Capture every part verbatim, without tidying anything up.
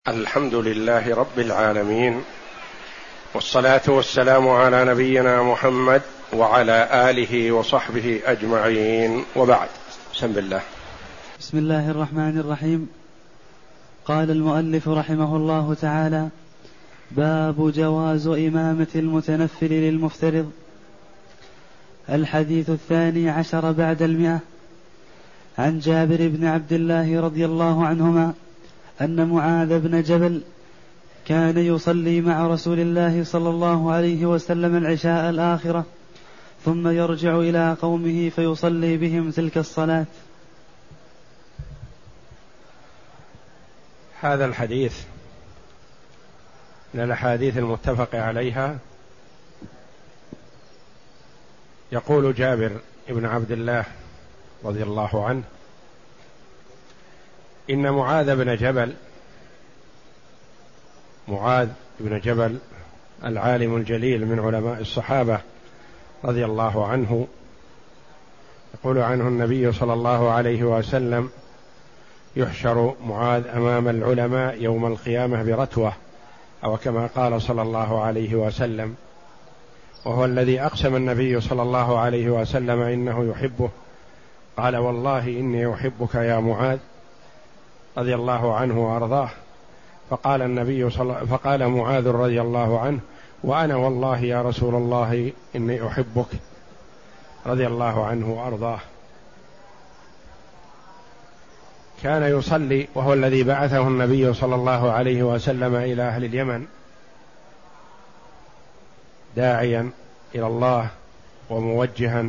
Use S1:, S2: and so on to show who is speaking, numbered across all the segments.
S1: الحمد لله رب العالمين، والصلاة والسلام على نبينا محمد وعلى آله وصحبه أجمعين، وبعد. بسم الله.
S2: بسم الله الرحمن الرحيم. قال المؤلف رحمه الله تعالى: باب جواز إمامة المتنفل للمفترض. الحديث الثاني عشر بعد المئة. عن جابر بن عبد الله رضي الله عنهما أن معاذ بن جبل كان يصلي مع رسول الله صلى الله عليه وسلم العشاء الآخرة، ثم يرجع إلى قومه فيصلي بهم تلك الصلاة.
S1: هذا الحديث من الأحاديث المتفق عليها. يقول جابر بن عبد الله رضي الله عنه: إن معاذ بن جبل معاذ بن جبل العالم الجليل من علماء الصحابة رضي الله عنه، يقول عنه النبي صلى الله عليه وسلم: يحشر معاذ أمام العلماء يوم القيامة برتوة، أو كما قال صلى الله عليه وسلم، وهو الذي أقسم النبي صلى الله عليه وسلم إنه يحبه. قال: والله إني أحبك يا معاذ، رضي الله عنه وأرضاه. فقال النبي صلى فقال معاذ رضي الله عنه: وأنا والله يا رسول الله إني أحبك، رضي الله عنه وأرضاه. كان يصلي، وهو الذي بعثه النبي صلى الله عليه وسلم إلى أهل اليمن داعيا إلى الله وموجها،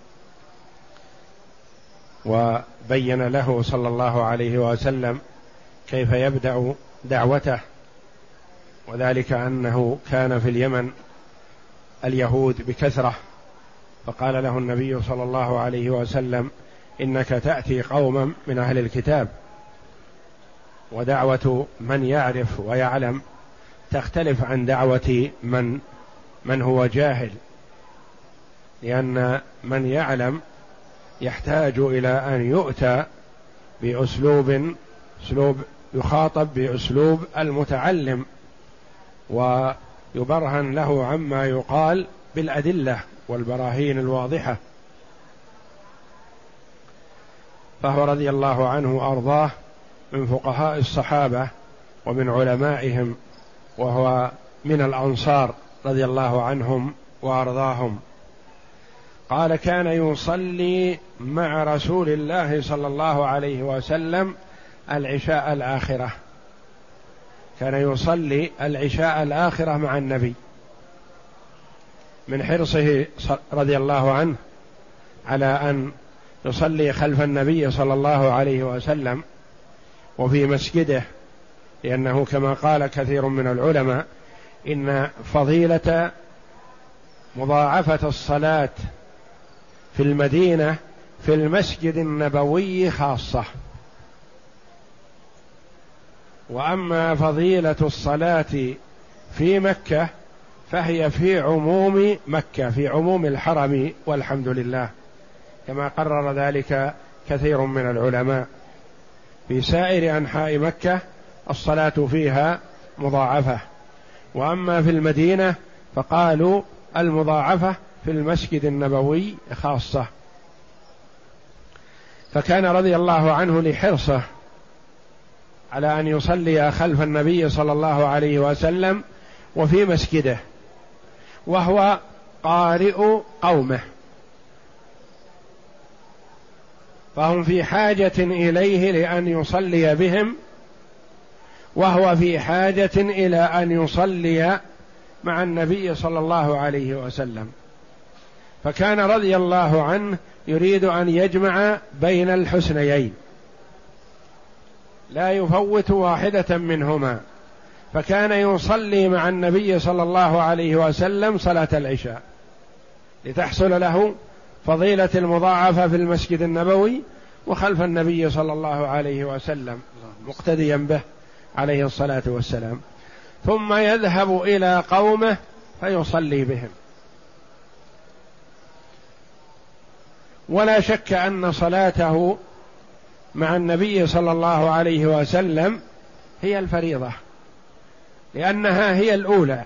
S1: وبين له صلى الله عليه وسلم كيف يبدأ دعوته، وذلك أنه كان في اليمن اليهود بكثرة، فقال له النبي صلى الله عليه وسلم: إنك تأتي قوما من أهل الكتاب، ودعوة من يعرف ويعلم تختلف عن دعوة من من هو جاهل، لأن من يعلم يحتاج إلى أن يؤتى بأسلوب أسلوب يخاطب بأسلوب المتعلم، ويبرهن له عما يقال بالأدلة والبراهين الواضحة. فهو رضي الله عنه وأرضاه من فقهاء الصحابة ومن علمائهم، وهو من الأنصار رضي الله عنهم وأرضاهم. قال: كان يصلي مع رسول الله صلى الله عليه وسلم العشاء الآخرة، كان يصلي العشاء الآخرة مع النبي، من حرصه رضي الله عنه على أن يصلي خلف النبي صلى الله عليه وسلم وفي مسجده، لأنه كما قال كثير من العلماء إن فضيلة مضاعفة الصلاة في المدينة في المسجد النبوي خاصة، وأما فضيلة الصلاة في مكة فهي في عموم مكة، في عموم الحرم، والحمد لله، كما قرر ذلك كثير من العلماء. في سائر أنحاء مكة الصلاة فيها مضاعفة، وأما في المدينة فقالوا المضاعفة في المسجد النبوي خاصة. فكان رضي الله عنه لحرصه على أن يصلي خلف النبي صلى الله عليه وسلم وفي مسجده، وهو قارئ قومه، فهم في حاجة إليه لأن يصلي بهم، وهو في حاجة إلى أن يصلي مع النبي صلى الله عليه وسلم. فكان رضي الله عنه يريد أن يجمع بين الحسنيين، لا يفوت واحدة منهما، فكان يصلي مع النبي صلى الله عليه وسلم صلاة العشاء لتحصل له فضيلة المضاعفة في المسجد النبوي وخلف النبي صلى الله عليه وسلم مقتديا به عليه الصلاة والسلام، ثم يذهب إلى قومه فيصلي بهم. ولا شك أن صلاته مع النبي صلى الله عليه وسلم هي الفريضة، لأنها هي الأولى،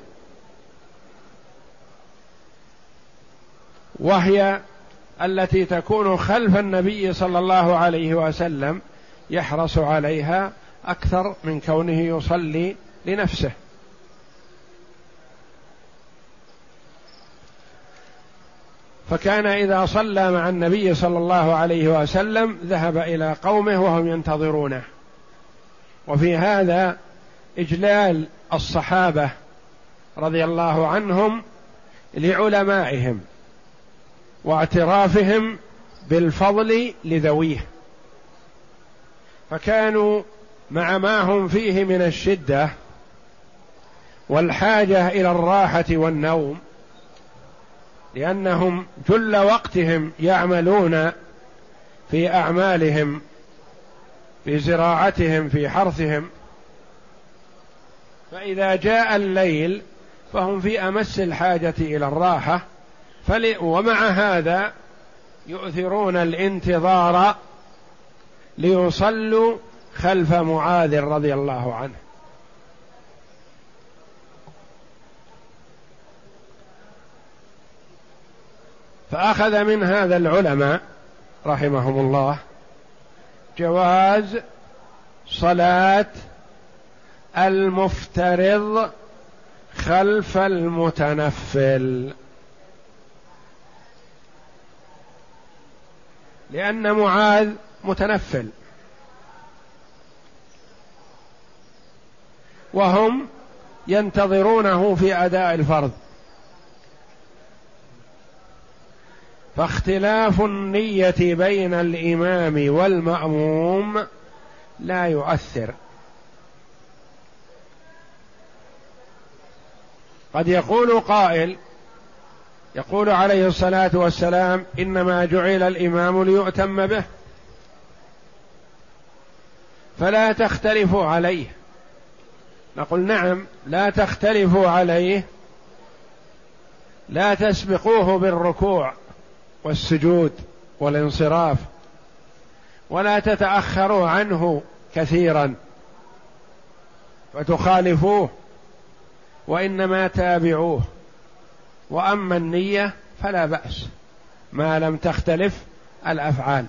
S1: وهي التي تكون خلف النبي صلى الله عليه وسلم، يحرص عليها أكثر من كونه يصلي لنفسه. فكان إذا صلى مع النبي صلى الله عليه وسلم ذهب إلى قومه وهم ينتظرونه. وفي هذا إجلال الصحابة رضي الله عنهم لعلمائهم واعترافهم بالفضل لذويه، فكانوا مع ما هم فيه من الشدة والحاجة إلى الراحة والنوم، لأنهم جل وقتهم يعملون في أعمالهم، في زراعتهم، في حرثهم، فإذا جاء الليل فهم في أمس الحاجة إلى الراحة، فل... ومع هذا يؤثرون الانتظار ليصلوا خلف معاذ رضي الله عنه. فأخذ من هذا العلماء رحمهم الله جواز صلاة المفترض خلف المتنفل، لأن معاذ متنفل وهم ينتظرونه في أداء الفرض، فاختلاف النية بين الإمام والمأموم لا يؤثر. قد يقول قائل، يقول عليه الصلاة والسلام: إنما جعل الإمام ليؤتم به، فلا تختلفوا عليه. نقول: نعم، لا تختلفوا عليه، لا تسبقوه بالركوع والسجود والانصراف، ولا تتأخروا عنه كثيرا فتخالفوه، وإنما تابعوه. وأما النية فلا بأس ما لم تختلف الأفعال.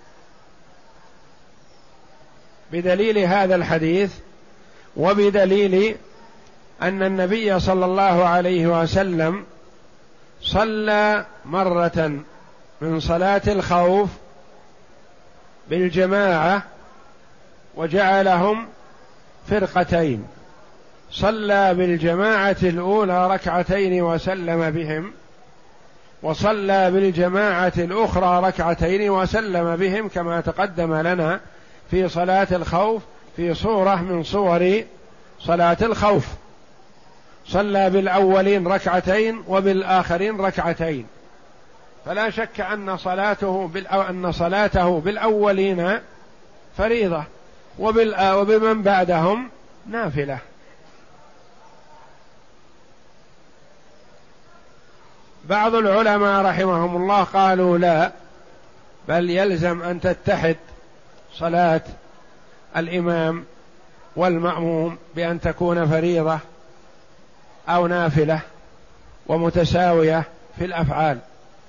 S1: بدليل هذا الحديث وبدليل أن النبي صلى الله عليه وسلم صلى مرة من صلاة الخوف بالجماعة وجعلهم فرقتين، صلى بالجماعة الأولى ركعتين وسلم بهم، وصلى بالجماعة الأخرى ركعتين وسلم بهم، كما تقدم لنا في صلاة الخوف في صورة من صور صلاة الخوف. صلى بالأولين ركعتين وبالآخرين ركعتين، فلا شك أن صلاته أن صلاته بالأولين فريضة وبمن بعدهم نافلة. بعض العلماء رحمهم الله قالوا: لا، بل يلزم أن تتحد صلاة الإمام والمأموم بأن تكون فريضة أو نافلة ومتساوية في الأفعال،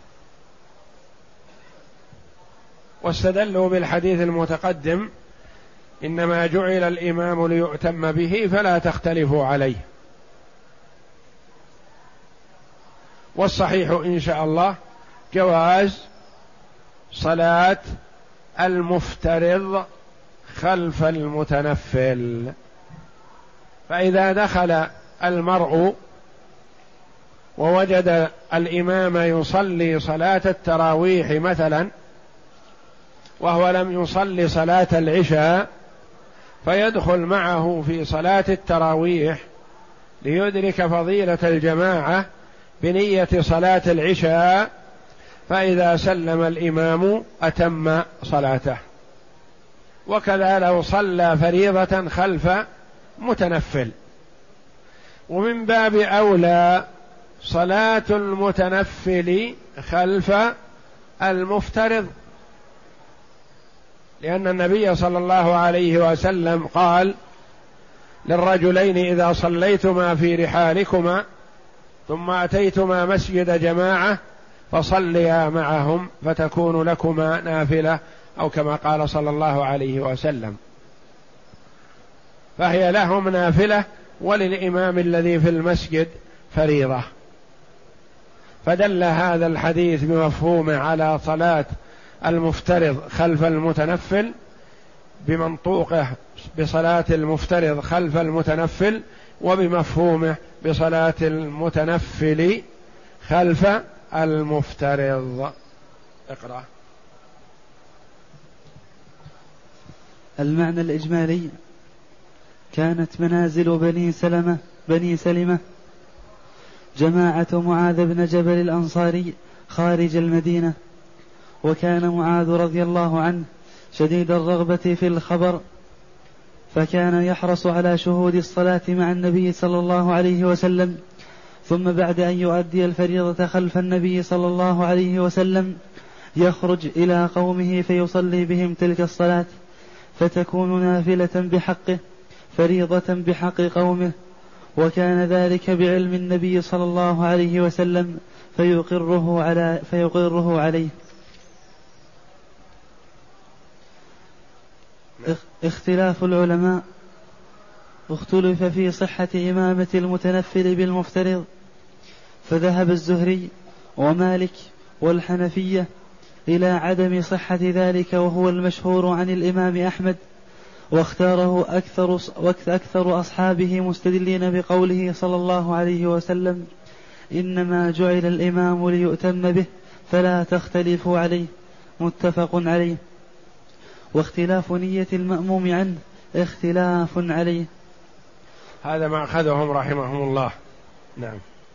S1: واستدلوا بالحديث المتقدم: إنما جعل الإمام ليؤتم به فلا تختلفوا عليه. والصحيح إن شاء الله جواز صلاة المفترض خلف المتنفل. فإذا دخل المرء ووجد الإمام يصلي صلاة التراويح مثلا وهو لم يصلي صلاة العشاء، فيدخل معه في صلاة التراويح ليدرك فضيلة الجماعة بنية صلاة العشاء، فإذا سلم الإمام أتم صلاته. وكذا لو صلى فريضة خلف متنفل. ومن باب أولى صلاة المتنفل خلف المفترض، لأن النبي صلى الله عليه وسلم قال: للرجلين إذا صليتما في رحالكما ثم أتيتما مسجد جماعة فصليا معهم فتكون لكما نافلة، أو كما قال صلى الله عليه وسلم، فهي لهم نافلة وللإمام الذي في المسجد فريضة. فدل هذا الحديث بمفهومه على صلاة المفترض خلف المتنفل، بمنطوقه بصلاة المفترض خلف المتنفل، وبمفهومه بصلاة المتنفل خلف المفترض. اقرأ.
S2: المعنى الإجمالي: كانت منازل بني سلمة بني سلمة جماعة معاذ بن جبل الأنصاري خارج المدينة، وكان معاذ رضي الله عنه شديد الرغبة في الخبر، فكان يحرص على شهود الصلاة مع النبي صلى الله عليه وسلم، ثم بعد أن يؤدي الفريضة خلف النبي صلى الله عليه وسلم يخرج إلى قومه فيصلي بهم تلك الصلاة، فتكون نافلة بحقه فريضة بحق قومه، وكان ذلك بعلم النبي صلى الله عليه وسلم فيقره على فيقره عليه. اختلاف العلماء: اختلف في صحة إمامة المتنفل بالمفترض، فذهب الزهري ومالك والحنفية إلى عدم صحة ذلك، وهو المشهور عن الإمام أحمد، واختاره أكثر, أكثر أصحابه مستدلين بقوله صلى الله عليه وسلم: إنما جعل الإمام ليؤتم به فلا تختلفوا عليه، متفق عليه. واختلاف نية المأموم عنه اختلاف عليه.
S1: هذا ما أخذهم رحمهم الله. نعم.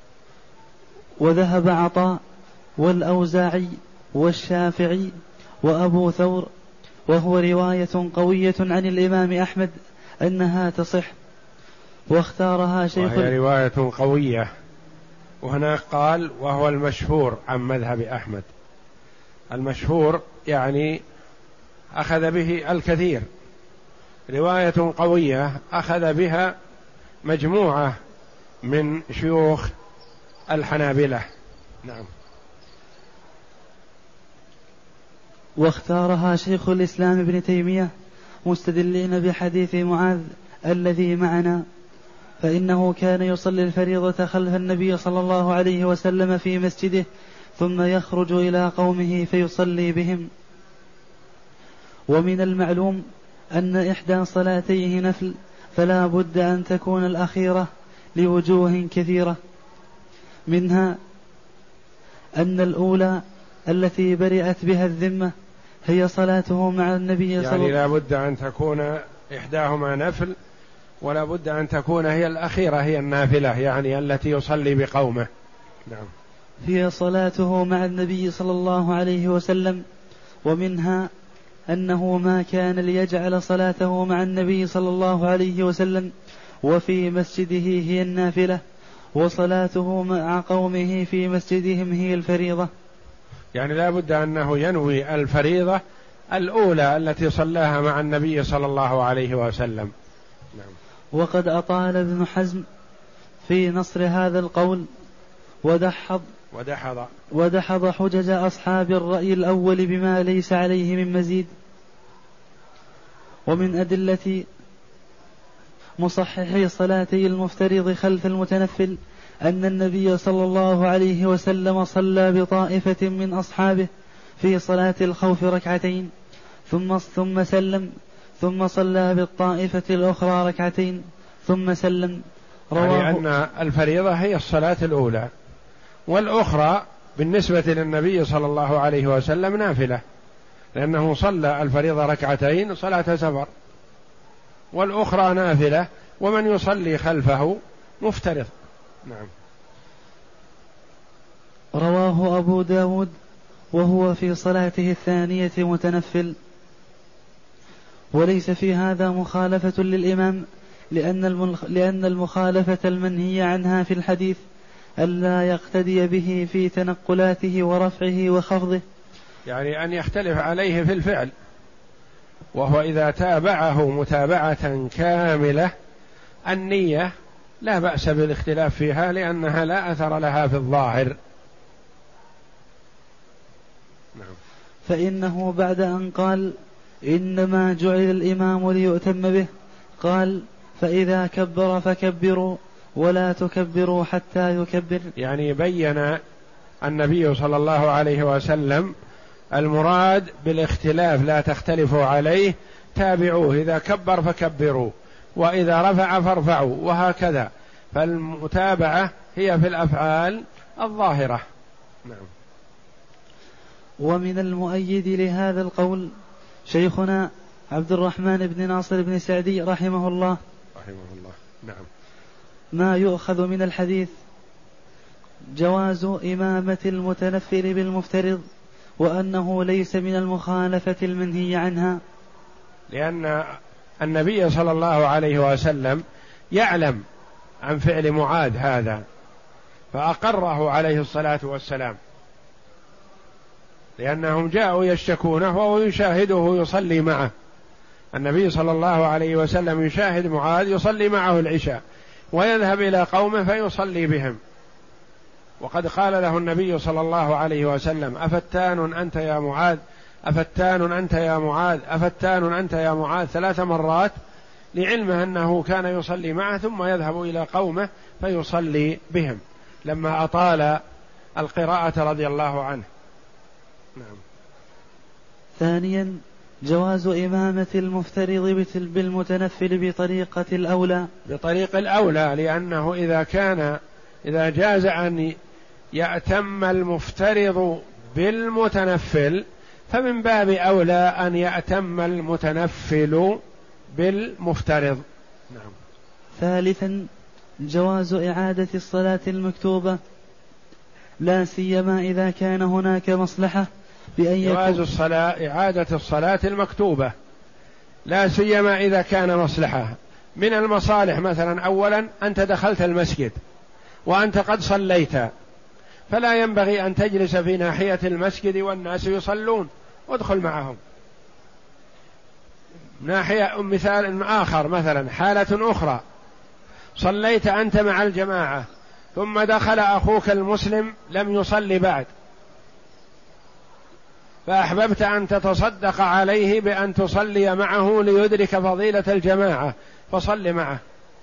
S2: وذهب عطاء والأوزاعي والشافعي وأبو ثور، وهو رواية قوية عن الإمام أحمد أنها تصح، واختارها شيخ
S1: وهي رواية قوية، وهناك قال وهو المشهور عن مذهب أحمد. المشهور يعني أخذ به الكثير، رواية قوية أخذ بها مجموعة من شيوخ الحنابلة. نعم.
S2: واختارها شيخ الإسلام ابن تيمية مستدلين بحديث معاذ الذي معنا، فإنه كان يصلي الفريضة خلف النبي صلى الله عليه وسلم في مسجده، ثم يخرج إلى قومه فيصلي بهم. ومن المعلوم أن إحدى صلاتيه نفل، فلا بد أن تكون الأخيرة لوجوه كثيرة، منها أن الأولى التي برئت بها الذمة هي صلاته مع النبي صلى الله عليه وسلم،
S1: يعني لا بد أن تكون إحداهما نفل، ولا بد أن تكون هي الأخيرة هي النافلة، يعني التي يصلي بقومه. نعم.
S2: هي صلاته مع النبي صلى الله عليه وسلم. ومنها أنه ما كان ليجعل صلاته مع النبي صلى الله عليه وسلم وفي مسجده هي النافلة، وصلاته مع قومه في مسجدهم هي الفريضة.
S1: يعني لا بد أنه ينوي الفريضة الأولى التي صلاها مع النبي صلى الله عليه وسلم. نعم.
S2: وقد أطال ابن حزم في نصر هذا القول، ودحض
S1: ودحض
S2: ودحض حجج أصحاب الرأي الأول بما ليس عليه من مزيد. ومن أدلة مصححي صلاتي المفترض خلف المتنفل أن النبي صلى الله عليه وسلم صلى بطائفة من أصحابه في صلاة الخوف ركعتين، ثم ثم سلم، ثم صلى بالطائفة الأخرى ركعتين ثم سلم.
S1: يعني أن الفريضة هي الصلاة الأولى، والأخرى بالنسبة للنبي صلى الله عليه وسلم نافلة، لأنه صلى الفريضة ركعتين صلاة سفر، والأخرى نافلة، ومن يصلي خلفه مفترض. نعم.
S2: رواه أبو داود وهو في صلاته الثانية متنفل. وليس في هذا مخالفة للإمام، لأن لأن المخالفة المنهي عنها في الحديث ألا يقتدي به في تنقلاته ورفعه وخفضه،
S1: يعني أن يختلف عليه في الفعل، وهو إذا تابعه متابعة كاملة النية لا بأس بالاختلاف فيها لأنها لا أثر لها في الظاهر.
S2: نعم. فإنه بعد أن قال إنما جعل الإمام ليؤتم به قال فإذا كبر فكبروا ولا تكبروا حتى يكبر.
S1: يعني بين النبي صلى الله عليه وسلم المراد بالاختلاف لا تختلفوا عليه، تابعوه، إذا كبر فكبروا وإذا رفع فارفعوا، وهكذا. فالمتابعة هي في الأفعال الظاهرة. نعم.
S2: ومن المؤيد لهذا القول شيخنا عبد الرحمن بن ناصر بن سعدي رحمه الله
S1: رحمه الله نعم
S2: ما يؤخذ من الحديث جواز إمامة المتنفل بالمفترض، وأنه ليس من المخالفة المنهي عنها،
S1: لأن النبي صلى الله عليه وسلم يعلم عن فعل معاذ هذا فأقره عليه الصلاة والسلام، لأنهم جاءوا يشتكونه وهو يشاهده يصلي معه. النبي صلى الله عليه وسلم يشاهد معاذ يصلي معه العشاء ويذهب إلى قومه فيصلي بهم، وقد قال له النبي صلى الله عليه وسلم أفتان أنت يا معاذ، أفتان أنت يا معاذ، أفتان أنت يا معاذ ثلاث مرات، لعلمه أنه كان يصلي معه ثم يذهب إلى قومه فيصلي بهم لما أطال القراءة رضي الله عنه. نعم.
S2: ثانيا جواز إمامة المفترض بالمتنفل بطريقة الأولى
S1: بطريق الأولى لأنه إذا كان إذا جاز أن يأتم المفترض بالمتنفل فمن باب أولى أن يأتم المتنفل بالمفترض. نعم.
S2: ثالثا جواز إعادة الصلاة المكتوبة لا سيما إذا كان هناك مصلحة بأن يكون
S1: جواز الصلاة إعادة الصلاة المكتوبة لا سيما إذا كان مصلحة من المصالح. مثلا أولا أنت دخلت المسجد وأنت قد صليت، فلا ينبغي أن تجلس في ناحية المسجد والناس يصلون، وادخل معهم. ناحية مثال آخر، مثلا حالة أخرى، صليت أنت مع الجماعة ثم دخل أخوك المسلم لم يصلي بعد، فأحببت أن تتصدق عليه بأن تصلي معه ليدرك فضيلة الجماعة فصل معه.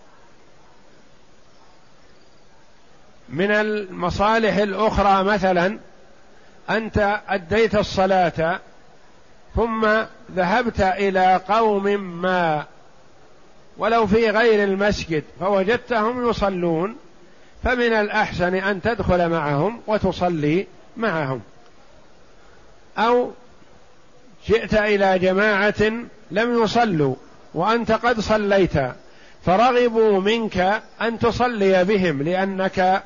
S1: من المصالح الأخرى مثلا أنت أديت الصلاة ثم ذهبت إلى قوم ما ولو في غير المسجد فوجدتهم يصلون، فمن الأحسن أن تدخل معهم وتصلي معهم. أو جئت إلى جماعة لم يصلوا وأنت قد صليت فرغبوا منك أن تصلي بهم لأنك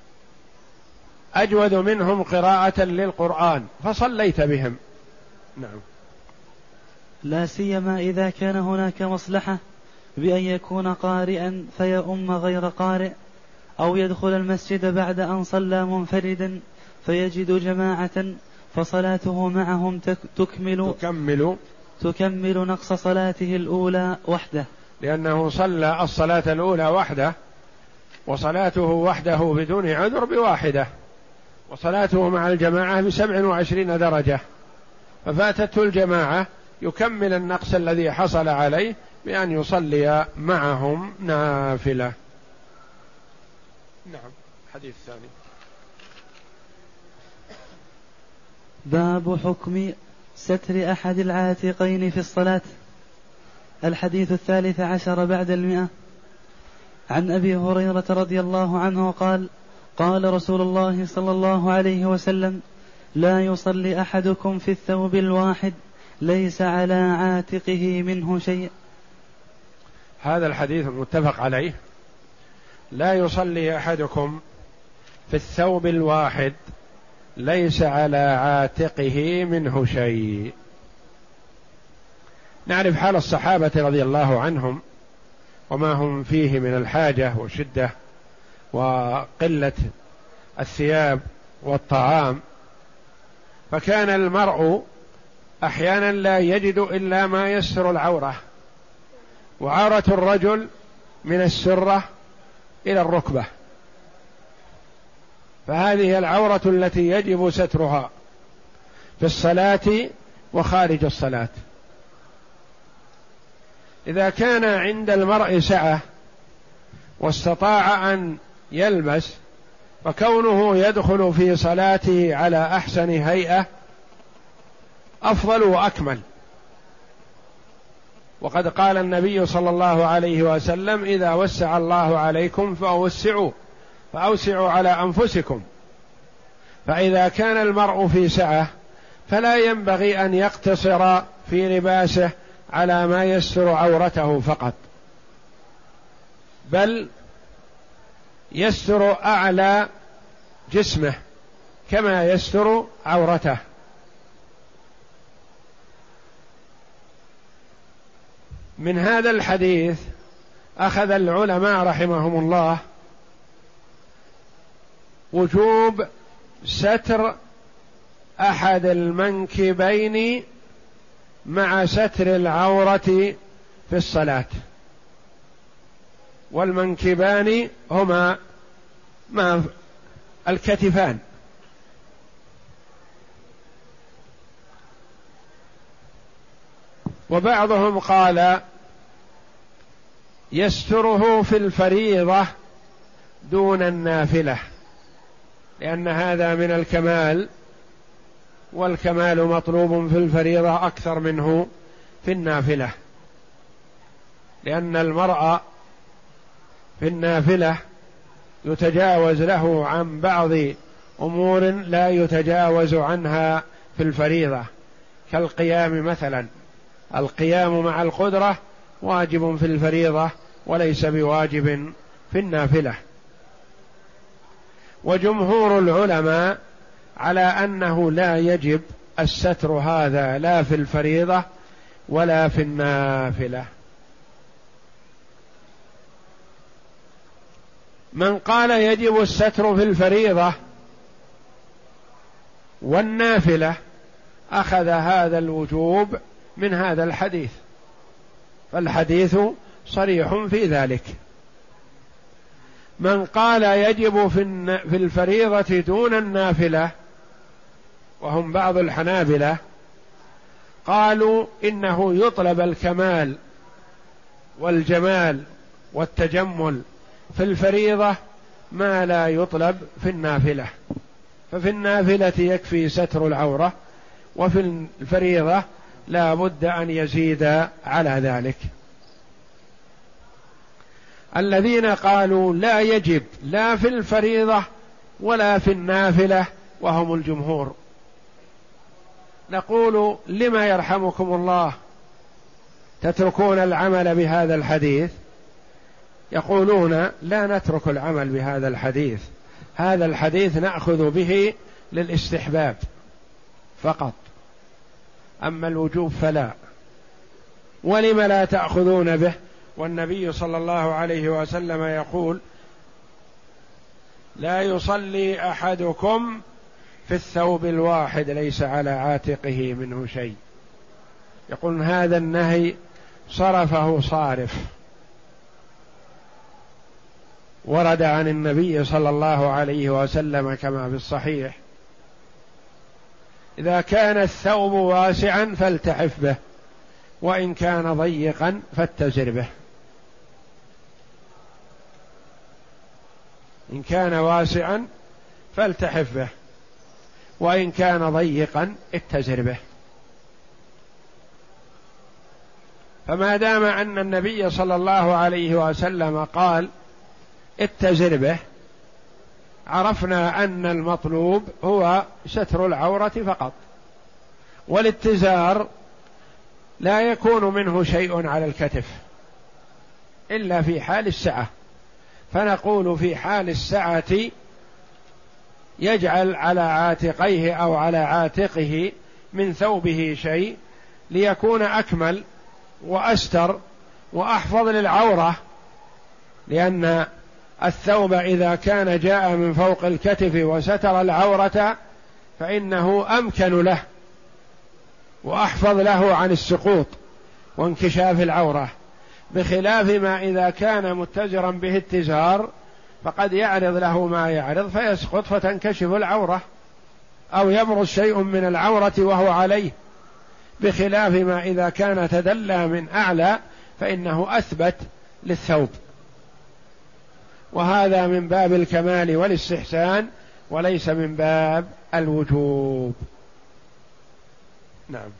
S1: أجود منهم قراءة للقرآن فصليت بهم. نعم.
S2: لا سيما إذا كان هناك مصلحة بأن يكون قارئا فيؤم غير قارئ، أو يدخل المسجد بعد أن صلى منفردا فيجد جماعة فصلاته معهم تكمل
S1: تكمل
S2: تكمل نقص صلاته الأولى وحده،
S1: لأنه صلى الصلاة الأولى وحده وصلاته وحده بدون عذر بواحدة، وصلاته مع الجماعة بسبع وعشرين درجة، ففاتته الجماعة يكمل النقص الذي حصل عليه بأن يصلي معهم نافلة. نعم. حديث ثاني.
S2: باب حكم ستر أحد العاتقين في الصلاة. الحديث الثالث عشر بعد المئة. عن أبي هريرة رضي الله عنه قال قال رسول الله صلى الله عليه وسلم لا يصلي أحدكم في الثوب الواحد ليس على عاتقه منه شيء.
S1: هذا الحديث متفق عليه. لا يصلي أحدكم في الثوب الواحد ليس على عاتقه منه شيء. نعرف حال الصحابة رضي الله عنهم وما هم فيه من الحاجة وشدة وقلة الثياب والطعام، فكان المرء أحيانا لا يجد إلا ما يستر العورة، وعورة الرجل من السرة إلى الركبة، فهذه العورة التي يجب سترها في الصلاة وخارج الصلاة. إذا كان عند المرء سعة واستطاع أن يلبس، فكونه يدخل في صلاته على أحسن هيئة أفضل وأكمل. وقد قال النبي صلى الله عليه وسلم: إذا وسع الله عليكم فأوسعوا فأوسعوا على أنفسكم. فإذا كان المرء في سعة فلا ينبغي أن يقتصر في لباسه على ما يستر عورته فقط، بل يستر أعلى جسمه كما يستر عورته. من هذا الحديث أخذ العلماء رحمهم الله وجوب ستر أحد المنكبين مع ستر العورة في الصلاة. والمنكبان هما مع الكتفان، وبعضهم قال يستره في الفريضة دون النافلة، لأن هذا من الكمال، والكمال مطلوب في الفريضة أكثر منه في النافلة، لأن المرء في النافلة يتجاوز له عن بعض أمور لا يتجاوز عنها في الفريضة، كالقيام مثلا. القيام مع القدرة واجب في الفريضة وليس بواجب في النافلة. وجمهور العلماء على أنه لا يجب الستر هذا لا في الفريضة ولا في النافلة. من قال يجب الستر في الفريضة والنافلة أخذ هذا الوجوب من هذا الحديث، فالحديث صريح في ذلك. من قال يجب في الفريضة دون النافلة، وهم بعض الحنابلة، قالوا إنه يطلب الكمال والجمال والتجمل في الفريضة ما لا يطلب في النافلة، ففي النافلة يكفي ستر العورة، وفي الفريضة لا بد أن يزيد على ذلك. الذين قالوا لا يجب لا في الفريضة ولا في النافلة وهم الجمهور، نقول لما يرحمكم الله تتركون العمل بهذا الحديث؟ يقولون لا نترك العمل بهذا الحديث، هذا الحديث نأخذ به للاستحباب فقط، أما الوجوب فلا. ولم لا تأخذون به والنبي صلى الله عليه وسلم يقول: لا يصلي أحدكم في الثوب الواحد ليس على عاتقه منه شيء. يقول هذا النهي صرفه صارف، ورد عن النبي صلى الله عليه وسلم كما في الصحيح: إذا كان الثوب واسعا فالتحف به، وإن كان ضيقا فاتزر به. إن كان واسعا فالتحف به، وإن كان ضيقا اتزر به. فما دام أن النبي صلى الله عليه وسلم قال اتزر به، عرفنا أن المطلوب هو ستر العورة فقط، والاتزار لا يكون منه شيء على الكتف إلا في حال السعة، فنقول في حال السعة يجعل على عاتقيه أو على عاتقه من ثوبه شيء ليكون أكمل وأستر وأحفظ للعورة، لأن الثوب إذا كان جاء من فوق الكتف وستر العورة فإنه أمكن له وأحفظ له عن السقوط وانكشاف العورة. بخلاف ما إذا كان متزرا به اتزار فقد يعرض له ما يعرض فيسقط فتنكشف العورة أو يبرز شيء من العورة وهو عليه، بخلاف ما إذا كان تدلى من أعلى فإنه أثبت للثوب، وهذا من باب الكمال والاستحسان وليس من باب الوجوب. نعم.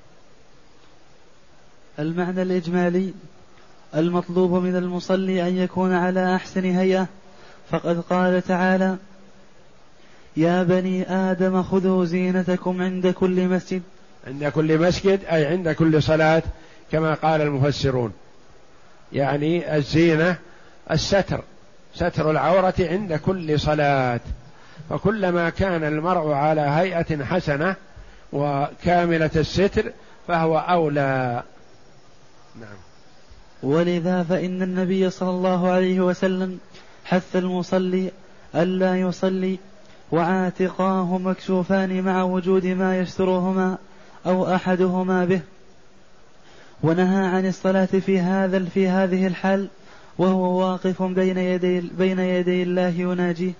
S2: المعنى الإجمالي: المطلوب من المصلي أن يكون على أحسن هيئة، فقد قال تعالى: يا بني آدم خذوا زينتكم عند كل مسجد.
S1: عند كل مسجد أي عند كل صلاة كما قال المفسرون، يعني الزينة الستر، ستر العورة عند كل صلاة، فكلما كان المرء على هيئة حسنة وكاملة الستر فهو أولى. نعم.
S2: ولذا فإن النبي صلى الله عليه وسلم حث المصلي ألا يصلي وعاتقاه مكشوفان مع وجود ما يسترهما أو أحدهما به، ونهى عن الصلاة في هذا في هذه الحال وهو واقف بين يدي بين يدي الله يناجيه.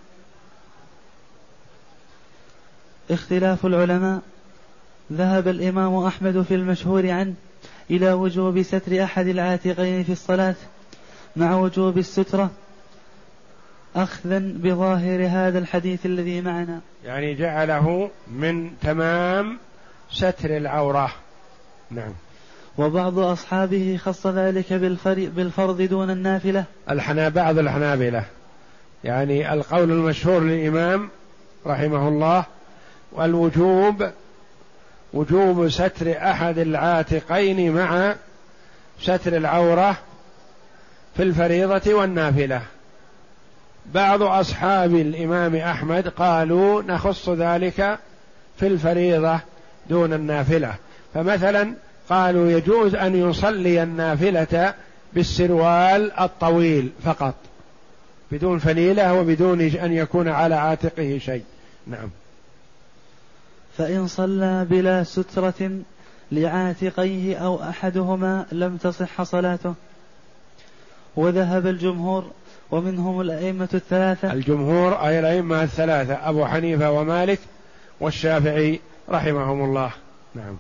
S2: اختلاف العلماء: ذهب الإمام أحمد في المشهور عنه إلى وجوب ستر أحد العاتقين في الصلاة مع وجوب السترة، أخذا بظاهر هذا الحديث الذي معنا،
S1: يعني جعله من تمام ستر العورة. نعم.
S2: وبعض أصحابه خص ذلك بالفرض دون النافلة.
S1: الحنا بعض الحنابلة، يعني القول المشهور للإمام رحمه الله والوجوب وجوب ستر أحد العاتقين مع ستر العورة في الفريضة والنافلة. بعض أصحاب الإمام أحمد قالوا نخص ذلك في الفريضة دون النافلة، فمثلا قالوا يجوز أن يصلي النافلة بالسروال الطويل فقط بدون فنيلة وبدون أن يكون على عاتقه شيء. نعم.
S2: فإن صلى بلا سترة لعاتقيه أو أحدهما لم تصح صلاته. وذهب الجمهور ومنهم الأئمة الثلاثة،
S1: الجمهور أي الأئمة الثلاثة أبو حنيفة ومالك والشافعي رحمهم الله. نعم.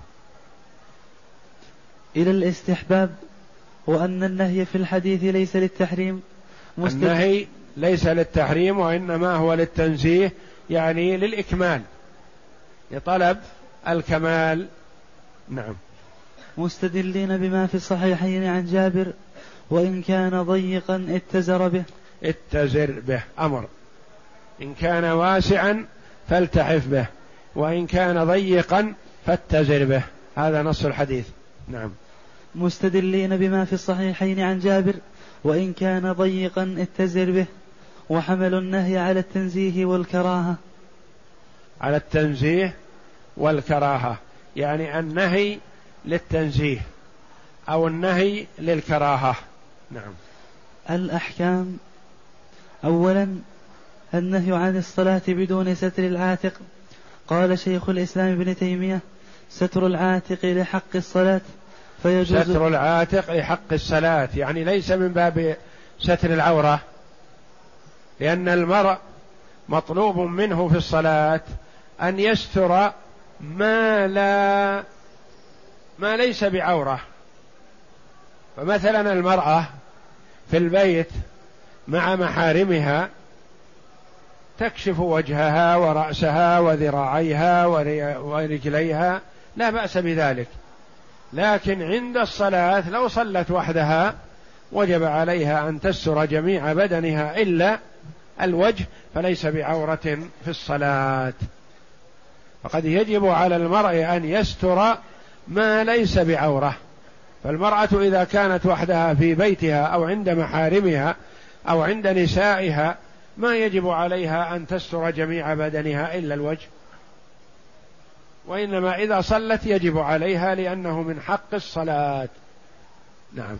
S2: إلى الاستحباب، وأن النهي في الحديث ليس للتحريم.
S1: النهي ليس للتحريم وإنما هو للتنزيه، يعني للإكمال، لطلب الكمال. نعم.
S2: مستدلين بما في الصحيحين عن جابر: وإن كان ضيقا اتزر به.
S1: اتزر به أمر، إن كان واسعا فالتحف به، وإن كان ضيقا فاتزر به، هذا نص الحديث. نعم.
S2: مستدلين بما في الصحيحين عن جابر: وإن كان ضيقا اتزر به، وحمل النهي على التنزيه والكراهة.
S1: على التنزيه والكراهة، يعني النهي للتنزيه أو النهي للكراهة. نعم.
S2: الأحكام: أولا النهي عن الصلاة بدون ستر العاتق. قال شيخ الإسلام ابن تيمية: ستر العاتق لحق الصلاة فيجوز.
S1: ستر العاتق لحق الصلاة يعني ليس من باب ستر العورة، لأن المرء مطلوب منه في الصلاة أن يستر ما لا ما ليس بعورة. فمثلا المرأة في البيت مع محارمها تكشف وجهها ورأسها وذراعيها ورجليها، لا بأس بذلك، لكن عند الصلاة لو صلت وحدها وجب عليها أن تستر جميع بدنها إلا الوجه، فليس بعورة في الصلاة. فقد يجب على المرء أن يستر ما ليس بعورة. فالمرأة إذا كانت وحدها في بيتها أو عند محارمها أو عند نسائها ما يجب عليها أن تستر جميع بدنها إلا الوجه، وإنما إذا صلت يجب عليها لأنه من حق الصلاة. نعم.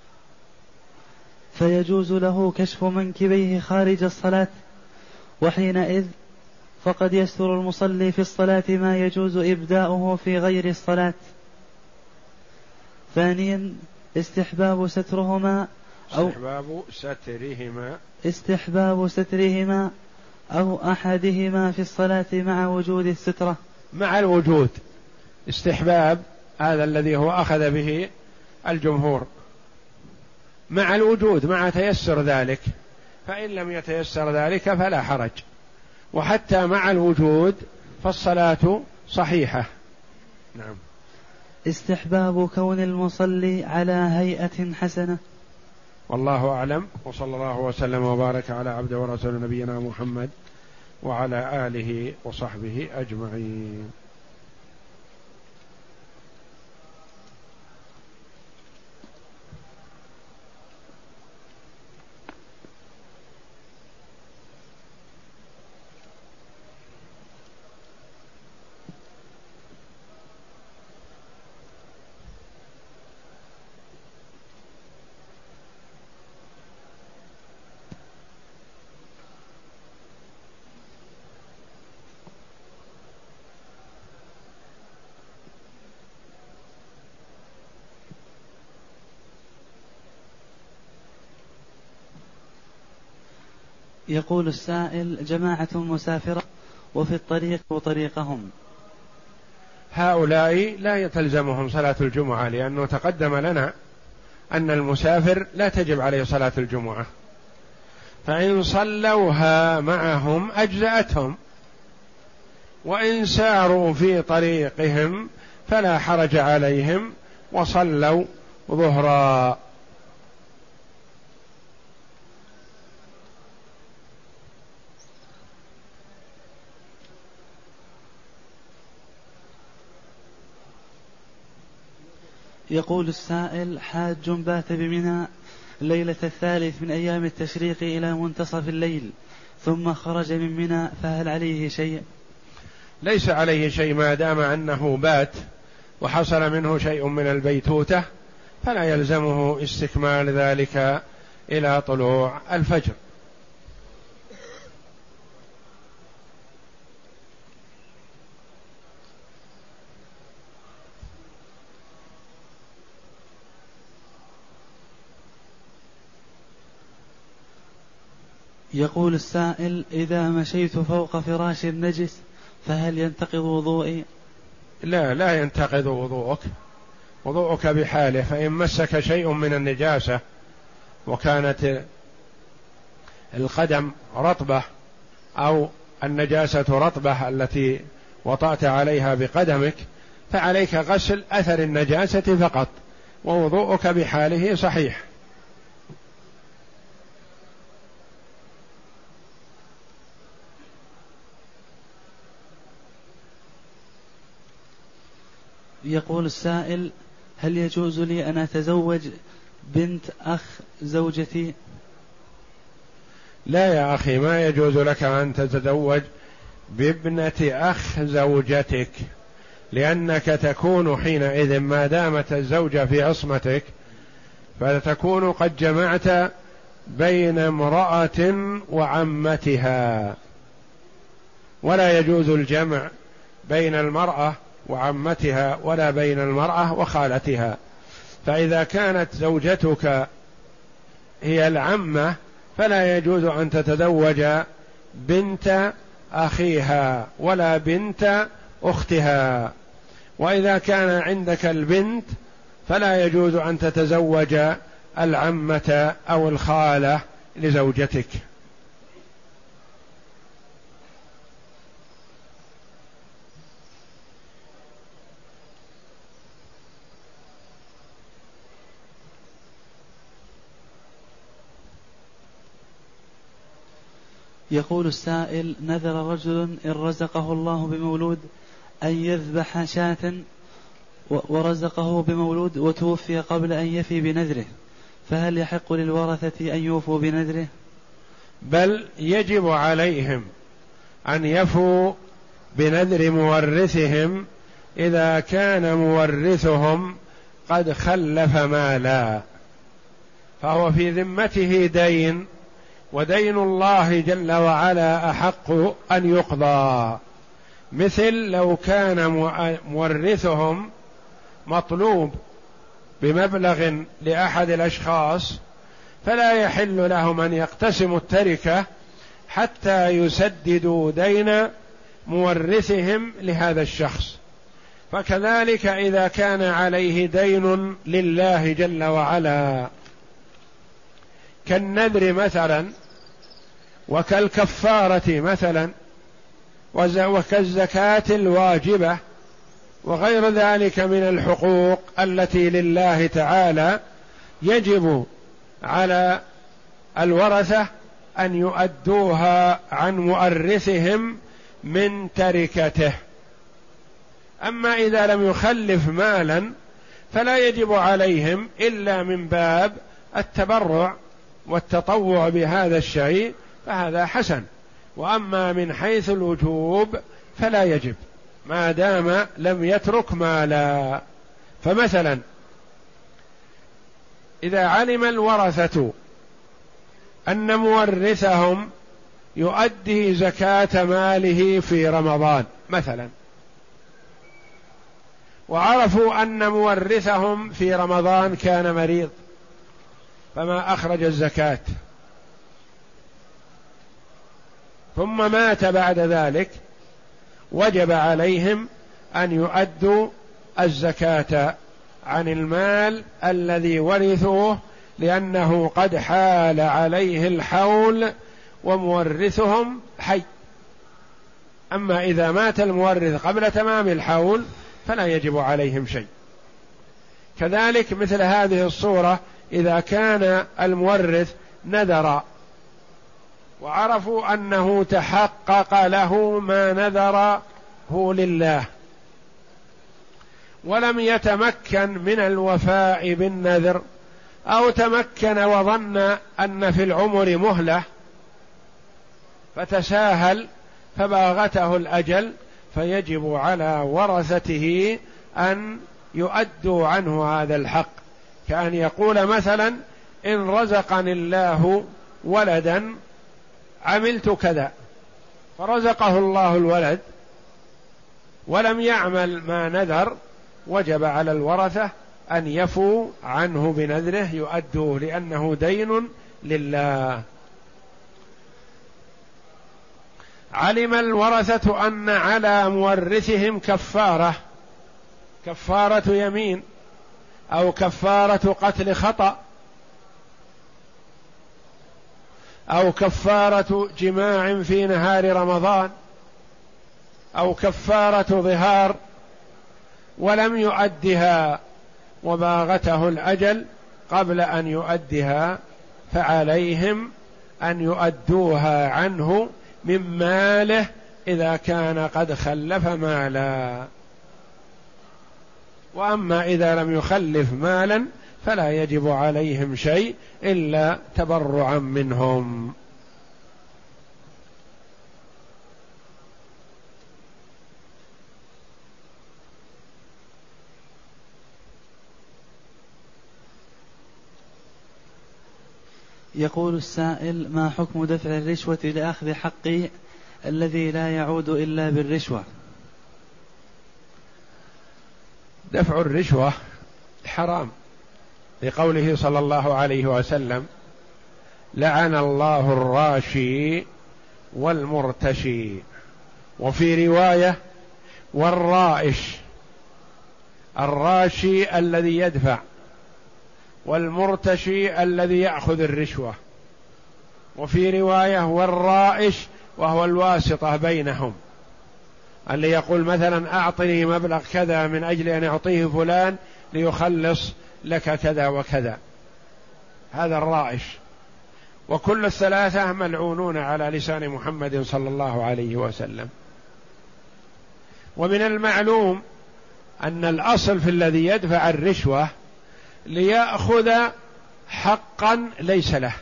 S2: فيجوز له كشف منكبيه خارج الصلاة، وحينئذ فقد يستر المصلي في الصلاة ما يجوز إبداؤه في غير الصلاة. ثانيا استحباب سترهما
S1: استحباب سترهما
S2: استحباب سترهما أو أحدهما في الصلاة مع وجود السترة.
S1: مع الوجود استحباب، هذا الذي هو أخذ به الجمهور، مع الوجود، مع تيسر ذلك، فإن لم يتيسر ذلك فلا حرج، وحتى مع الوجود فالصلاة صحيحة. نعم.
S2: استحباب كون المصلي على هيئة حسنة.
S1: والله أعلم، وصلى الله وسلم وبارك على عبده ورسول نبينا محمد وعلى آله وصحبه أجمعين.
S2: يقول السائل: جماعة مسافرة وفي الطريق وطريقهم،
S1: هؤلاء لا تلزمهم صلاة الجمعة، لأنه تقدم لنا أن المسافر لا تجب عليه صلاة الجمعة، فإن صلوها معهم أجزأتهم، وإن ساروا في طريقهم فلا حرج عليهم وصلوا ظهرا.
S2: يقول السائل: حاج بات بمنى ليلة الثالث من أيام التشريق إلى منتصف الليل ثم خرج من منى، فهل عليه شيء؟
S1: ليس عليه شيء ما دام أنه بات وحصل منه شيء من البيتوتة، فلا يلزمه استكمال ذلك إلى طلوع الفجر.
S2: يقول السائل: إذا مشيت فوق فراش النجس فهل ينتقض وضوئي؟
S1: لا، لا ينتقض وضوءك، وضوءك بحاله، فإن مسك شيء من النجاسة وكانت القدم رطبة أو النجاسة رطبة التي وطأت عليها بقدمك، فعليك غسل أثر النجاسة فقط، ووضوءك بحاله صحيح.
S2: يقول السائل: هل يجوز لي أن أتزوج بنت أخ زوجتي؟
S1: لا يا أخي، ما يجوز لك أن تتزوج بابنة أخ زوجتك، لأنك تكون حينئذ ما دامت الزوجة في عصمتك فتكون قد جمعت بين امرأة وعمتها، ولا يجوز الجمع بين المرأة وعمتها ولا بين المرأة وخالتها. فإذا كانت زوجتك هي العمة فلا يجوز أن تتزوج بنت أخيها ولا بنت أختها، وإذا كان عندك البنت فلا يجوز أن تتزوج العمة أو الخالة لزوجتك.
S2: يقول السائل: نذر رجل إن رزقه الله بمولود أن يذبح شاة ورزقه بمولود وتوفي قبل أن يفي بنذره، فهل يحق للورثة أن يوفوا بنذره؟
S1: بل يجب عليهم أن يفوا بنذر مورثهم إذا كان مورثهم قد خلف مالا، فهو في ذمته دين، ودين الله جل وعلا أحق أن يقضى. مثل لو كان مورثهم مطلوب بمبلغ لأحد الأشخاص فلا يحل لهم أن يقتسموا التركة حتى يسددوا دين مورثهم لهذا الشخص. فكذلك إذا كان عليه دين لله جل وعلا كالنذر مثلا وكالكفارة مثلا وكالزكاة الواجبة وغير ذلك من الحقوق التي لله تعالى، يجب على الورثة أن يؤدوها عن مؤرثهم من تركته. أما إذا لم يخلف مالا فلا يجب عليهم إلا من باب التبرع والتطوع بهذا الشيء، فهذا حسن. وأما من حيث الوجوب فلا يجب ما دام لم يترك مالا. فمثلا إذا علم الورثة أن مورثهم يؤدي زكاة ماله في رمضان مثلا، وعرفوا أن مورثهم في رمضان كان مريض فما أخرج الزكاة، ثم مات بعد ذلك، وجب عليهم أن يؤدوا الزكاة عن المال الذي ورثوه، لأنه قد حال عليه الحول ومورثهم حي. أما إذا مات المورث قبل تمام الحول فلا يجب عليهم شيء. كذلك مثل هذه الصورة إذا كان المورث نذر وعرفوا أنه تحقق له ما نذره لله ولم يتمكن من الوفاء بالنذر، أو تمكن وظن أن في العمر مهلة فتساهل فباغته الأجل، فيجب على ورثته أن يؤدوا عنه هذا الحق. كأن يقول مثلا: إن رزقني الله ولدا عملت كذا، فرزقه الله الولد ولم يعمل ما نذر، وجب على الورثة أن يفوا عنه بنذره يؤدوه، لأنه دين لله. علم الورثة أن على مورثهم كفارة، كفارة يمين أو كفارة قتل خطأ أو كفارة جماع في نهار رمضان أو كفارة ظهار، ولم يؤدها وباغته الأجل قبل أن يؤدها، فعليهم أن يؤدوها عنه من ماله إذا كان قد خلف مالا. وأما إذا لم يخلف مالا فلا يجب عليهم شيء إلا تبرعا منهم.
S2: يقول السائل: ما حكم دفع الرشوة لأخذ حقي الذي لا يعود إلا بالرشوة؟
S1: دفع الرشوة حرام، لقوله صلى الله عليه وسلم: لعن الله الراشي والمرتشي، وفي رواية: والرائش. الراشي الذي يدفع، والمرتشي الذي يأخذ الرشوة، وفي رواية: والرائش، وهو الواسطة بينهم، اللي يقول مثلا: أعطني مبلغ كذا من أجل أن أعطيه فلان ليخلص لك كذا وكذا، هذا الرائش. وكل الثلاثة ملعونون على لسان محمد صلى الله عليه وسلم. ومن المعلوم أن الأصل في الذي يدفع الرشوة ليأخذ حقا ليس له،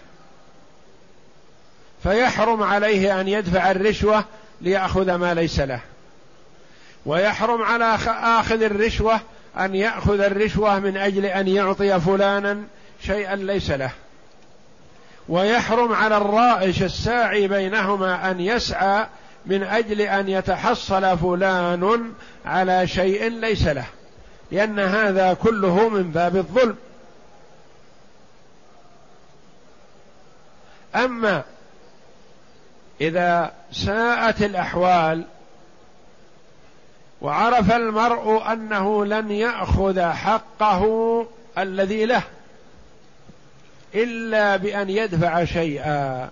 S1: فيحرم عليه أن يدفع الرشوة ليأخذ ما ليس له، ويحرم على آخذ الرشوة أن يأخذ الرشوة من أجل أن يعطي فلانا شيئا ليس له، ويحرم على الرائش الساعي بينهما أن يسعى من أجل أن يتحصل فلان على شيء ليس له، لأن هذا كله من باب الظلم. أما إذا ساءت الأحوال وعرف المرء أنه لن يأخذ حقه الذي له إلا بأن يدفع شيئا،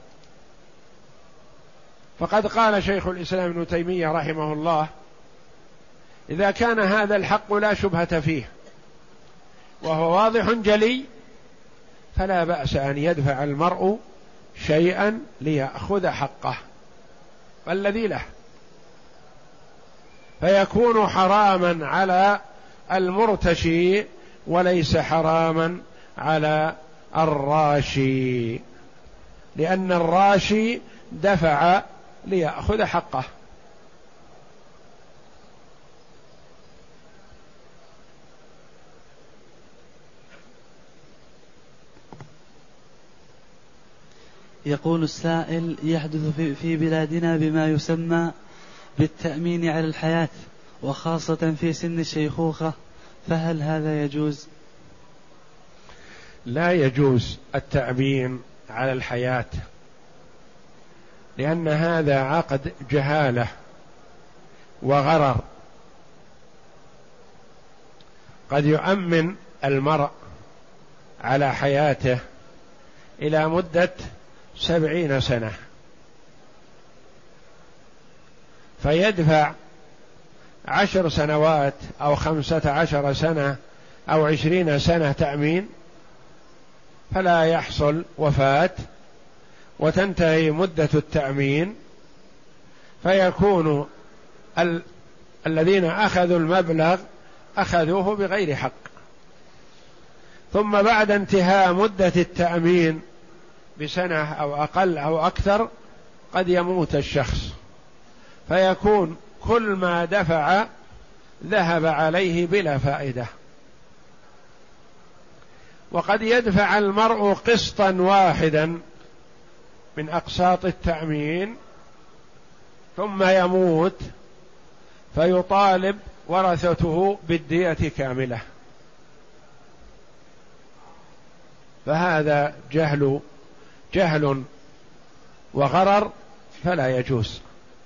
S1: فقد قال شيخ الإسلام ابن تيمية رحمه الله: إذا كان هذا الحق لا شبهة فيه وهو واضح جلي فلا بأس أن يدفع المرء شيئا ليأخذ حقه الذي له، فيكون حراما على المرتشي وليس حراما على الراشي، لأن الراشي دفع ليأخذ حقه.
S2: يقول السائل: يحدث في بلادنا بما يسمى بالتأمين على الحياة وخاصة في سن الشيخوخة، فهل هذا يجوز؟
S1: لا يجوز التأمين على الحياة، لأن هذا عقد جهالة وغرر. قد يؤمن المرء على حياته إلى مدة سبعين سنة، فيدفع عشر سنوات أو خمسة عشر سنة أو عشرين سنة تأمين، فلا يحصل وفاة وتنتهي مدة التأمين، فيكون ال... الذين أخذوا المبلغ أخذوه بغير حق، ثم بعد انتهاء مدة التأمين بسنة أو أقل أو أكثر قد يموت الشخص، فيكون كل ما دفع ذهب عليه بلا فائدة. وقد يدفع المرء قسطا واحدا من أقساط التأمين ثم يموت فيطالب ورثته بالدية كاملة، فهذا جهل جهل وغرر فلا يجوز.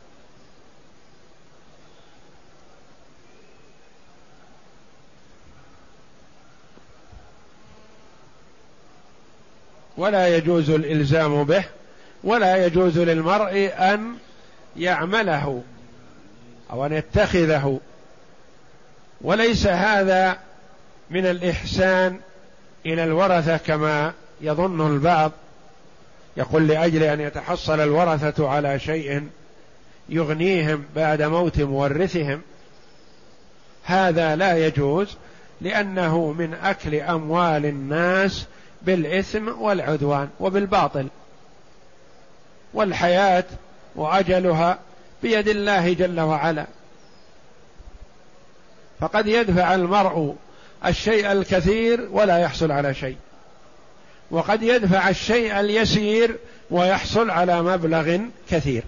S1: ولا يجوز الإلزام به، ولا يجوز للمرء أن يعمله أو أن يتخذه، وليس هذا من الإحسان إلى الورثة كما يظن البعض، يقول لأجل أن يتحصل الورثة على شيء يغنيهم بعد موت مورثهم، هذا لا يجوز، لأنه من أكل أموال الناس بالإثم والعدوان وبالباطل، والحياة وأجلها بيد الله جل وعلا. فقد يدفع المرء الشيء الكثير ولا يحصل على شيء، وقد يدفع الشيء اليسير ويحصل على مبلغ كثير.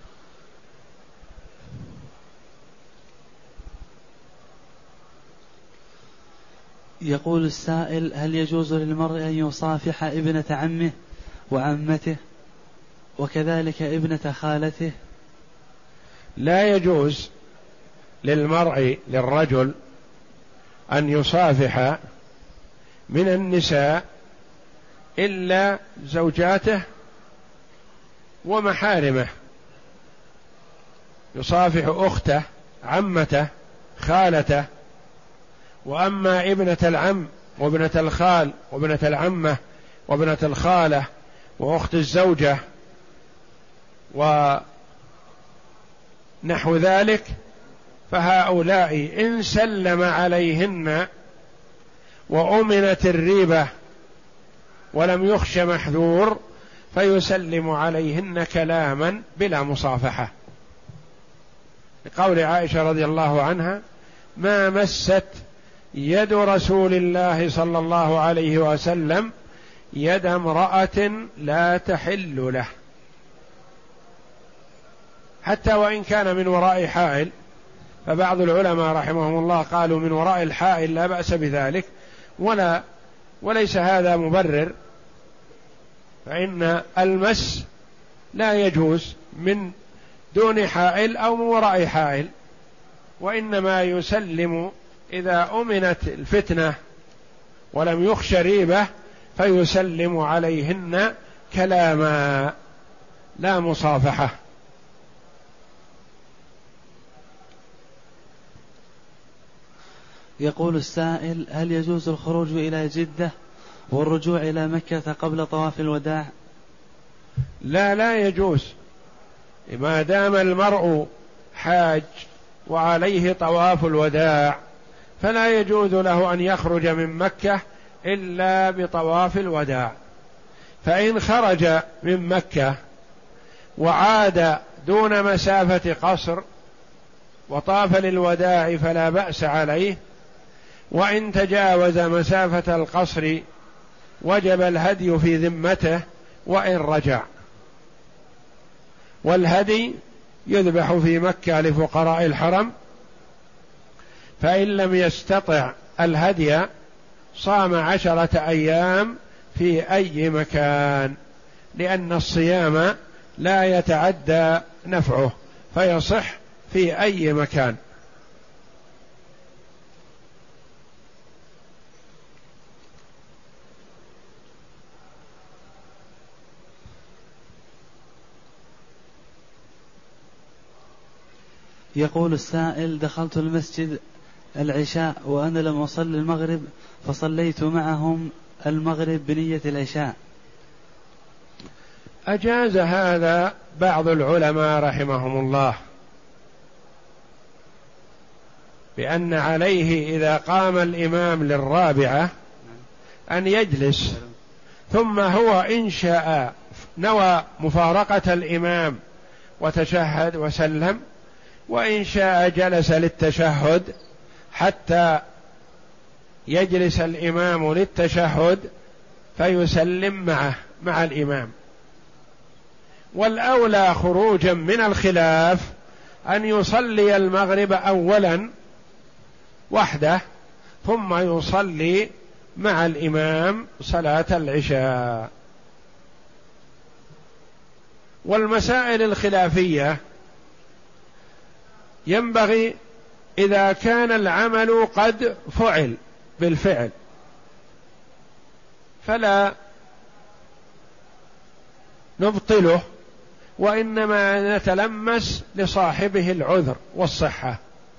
S2: يقول السائل: هل يجوز للمرء أن يصافح ابنة عمه وعمته وكذلك ابنة خالته؟
S1: لا يجوز للمرء للرجل أن يصافح من النساء إلا زوجاته ومحارمه، يصافح أخته، عمته، خالته. وأما ابنة العم وابنة الخال وابنة العمة وابنة الخالة وأخت الزوجة ونحو ذلك، فهؤلاء إن سلم عليهن وأمنت الريبة ولم يخش محذور فيسلم عليهن كلاما بلا مصافحة، لقول عائشة رضي الله عنها: ما مست يد رسول الله صلى الله عليه وسلم يد امرأة لا تحل له، حتى وإن كان من وراء حائل. فبعض العلماء رحمهم الله قالوا من وراء الحائل لا بأس بذلك، ولا وليس هذا مبرر فإن المس لا يجوز من دون حائل أو من وراء حائل، وإنما يسلم إذا أمنت الفتنة ولم يخش ريبة، فيسلم عليهن كلاما لا مصافحة.
S2: يقول السائل: هل يجوز الخروج إلى جدة والرجوع إلى مكة قبل طواف الوداع؟
S1: لا لا يجوز، ما دام المرء حاج وعليه طواف الوداع فلا يجوز له أن يخرج من مكة إلا بطواف الوداع. فإن خرج من مكة وعاد دون مسافة قصر وطاف للوداع فلا بأس عليه، وإن تجاوز مسافة القصر وجب الهدي في ذمته وإن رجع. والهدي يذبح في مكة لفقراء الحرم، فإن لم يستطع الهدي صام عشرة أيام في أي مكان، لأن الصيام لا يتعدى نفعه فيصح في أي مكان.
S2: يقول السائل: دخلت المسجد العشاء وأنا لم أصلي المغرب، فصليت معهم المغرب بنية العشاء.
S1: أجاز هذا بعض العلماء رحمهم الله، بأن عليه إذا قام الإمام للرابعة أن يجلس، ثم هو إن شاء نوى مفارقة الإمام وتشهد وسلم، وإن شاء جلس للتشهد حتى يجلس الإمام للتشهد فيسلم معه مع الإمام. والأولى خروجا من الخلاف أن يصلي المغرب أولا وحده ثم يصلي مع الإمام صلاة العشاء. والمسائل الخلافية ينبغي إذا كان العمل قد فعل بالفعل فلا نبطله، وإنما نتلمس لصاحبه العذر والصحة.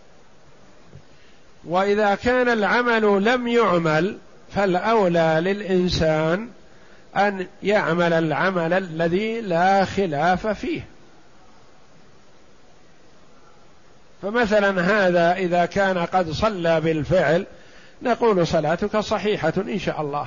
S1: وإذا كان العمل لم يعمل فالأولى للإنسان أن يعمل العمل الذي لا خلاف فيه. فمثلا هذا إذا كان قد صلى بالفعل نقول صلاتك صحيحة إن شاء الله.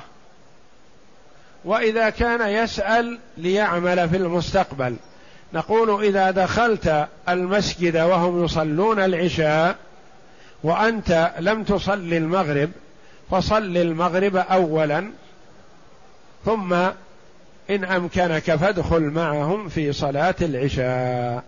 S1: وإذا كان يسأل ليعمل في المستقبل نقول إذا دخلت المسجد وهم يصلون العشاء وأنت لم تصلي المغرب فصل المغرب أولا، ثم إن أمكنك فادخل معهم في صلاة العشاء.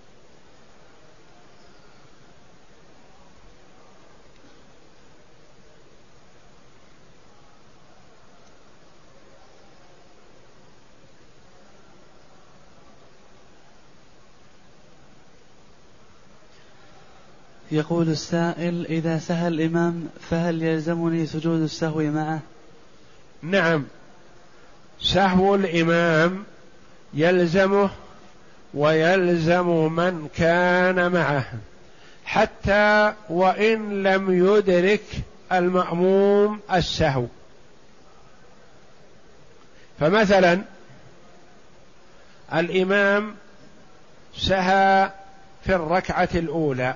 S2: يقول السائل: إذا سهى الإمام فهل يلزمني سجود السهو معه؟
S1: نعم، سهو الإمام يلزمه ويلزم من كان معه حتى وإن لم يدرك المأموم السهو. فمثلا الإمام سهى في الركعة الأولى،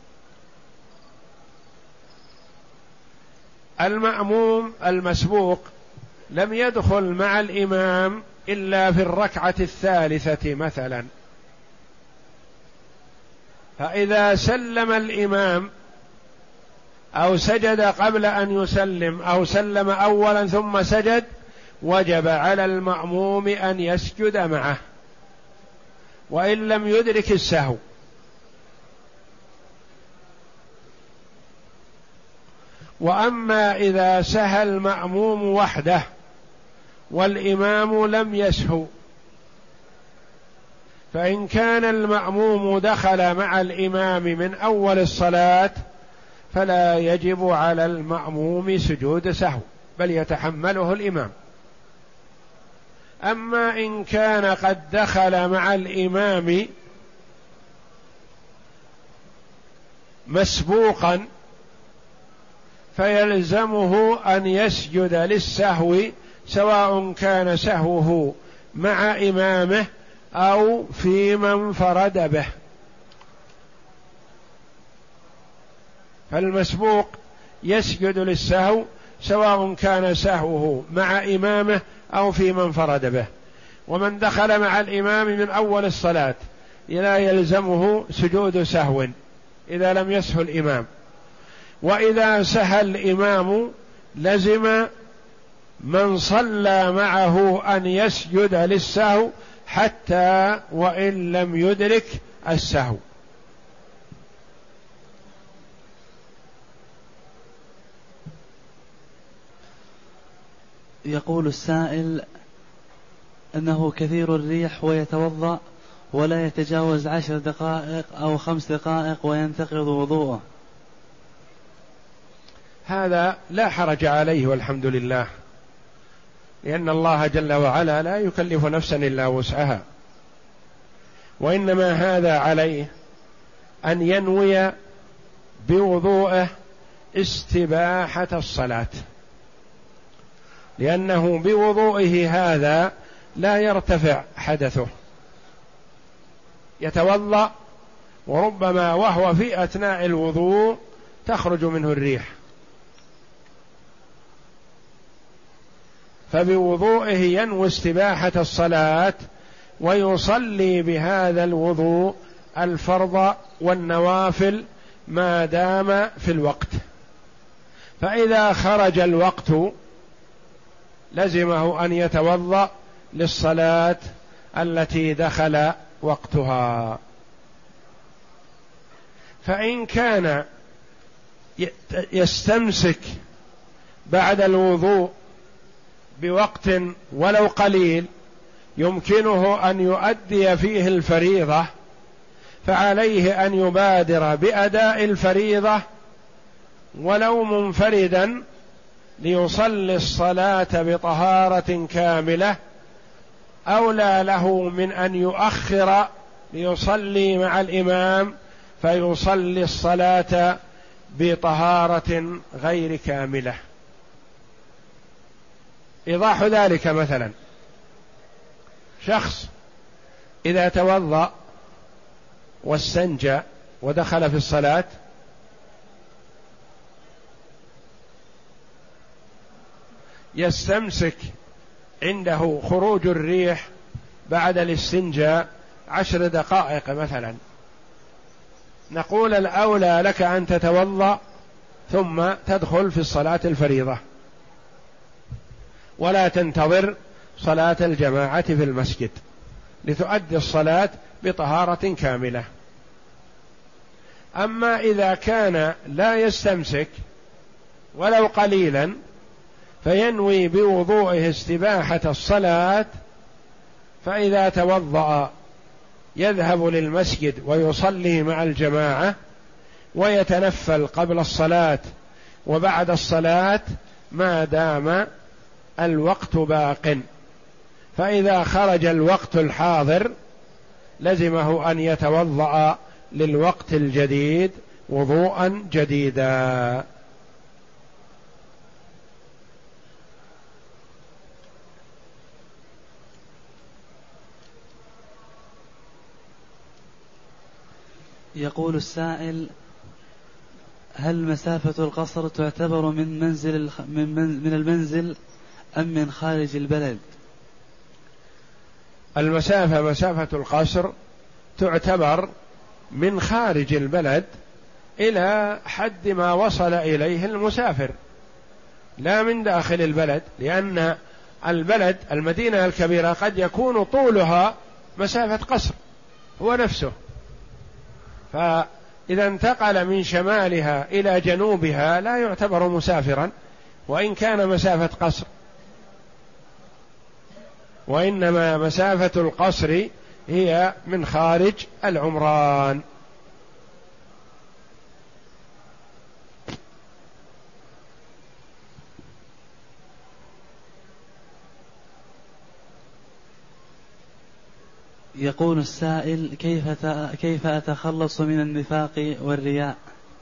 S1: المأموم المسبوق لم يدخل مع الإمام إلا في الركعة الثالثة مثلا، فإذا سلم الإمام أو سجد قبل أن يسلم أو سلم أولا ثم سجد وجب على المأموم أن يسجد معه وإن لم يدرك السهو. وأما إذا سهى المأموم وحده والإمام لم يسهو، فإن كان المأموم دخل مع الإمام من أول الصلاة فلا يجب على المأموم سجود سهو، بل يتحمله الإمام. أما إن كان قد دخل مع الإمام مسبوقا فيلزمه أن يسجد للسهو، سواء كان سهوه مع إمامه أو فيما انفرد به. فالمسبوق يسجد للسهو سواء كان سهوه مع إمامه أو فيما انفرد به. ومن دخل مع الإمام من أول الصلاة لا يلزمه سجود سهو إذا لم يسهو الإمام، وإذا سهى الإمام لزم من صلى معه أن يسجد للسهو حتى وإن لم يدرك السهو.
S2: يقول السائل أنه كثير الريح ويتوضأ ولا يتجاوز عشر دقائق أو خمس دقائق وينتقض وضوءه.
S1: هذا لا حرج عليه والحمد لله، لأن الله جل وعلا لا يكلف نفسا إلا وسعها، وإنما هذا عليه أن ينوي بوضوءه استباحة الصلاة، لأنه بوضوئه هذا لا يرتفع حدثه، يتوضأ وربما وهو في أثناء الوضوء تخرج منه الريح، فبوضوئه ينوي استباحة الصلاة ويصلي بهذا الوضوء الفرض والنوافل ما دام في الوقت. فإذا خرج الوقت لزمه أن يتوضأ للصلاة التي دخل وقتها. فإن كان يستمسك بعد الوضوء بوقت ولو قليل يمكنه أن يؤدي فيه الفريضة، فعليه أن يبادر بأداء الفريضة ولو منفردا ليصلي الصلاة بطهارة كاملة، أولى له من أن يؤخر ليصلي مع الإمام فيصلي الصلاة بطهارة غير كاملة. إيضاح ذلك مثلا شخص إذا توضأ واستنجى ودخل في الصلاة يستمسك عنده خروج الريح بعد الاستنجاء عشر دقائق مثلا، نقول الأولى لك أن تتوضأ ثم تدخل في الصلاة الفريضة ولا تنتظر صلاة الجماعة في المسجد لتؤدي الصلاة بطهارة كاملة. أما إذا كان لا يستمسك ولو قليلا فينوي بوضوئه استباحة الصلاة، فإذا توضأ يذهب للمسجد ويصلي مع الجماعة ويتنفل قبل الصلاة وبعد الصلاة ما دام الوقت باق. فإذا خرج الوقت الحاضر لزمه أن يتوضأ للوقت الجديد وضوءا جديدا.
S2: يقول السائل: هل مسافة القصر تعتبر من منزل من من المنزل أم من خارج البلد؟
S1: المسافة مسافة القصر تعتبر من خارج البلد إلى حد ما وصل إليه المسافر، لا من داخل البلد، لأن البلد المدينة الكبيرة قد يكون طولها مسافة قصر هو نفسه، فإذا انتقل من شمالها إلى جنوبها لا يعتبر مسافرا وإن كان مسافة قصر. وإنما مسافة القصر هي من خارج العمران.
S2: يقول السائل: كيف كيف أتخلص من النفاق والرياء؟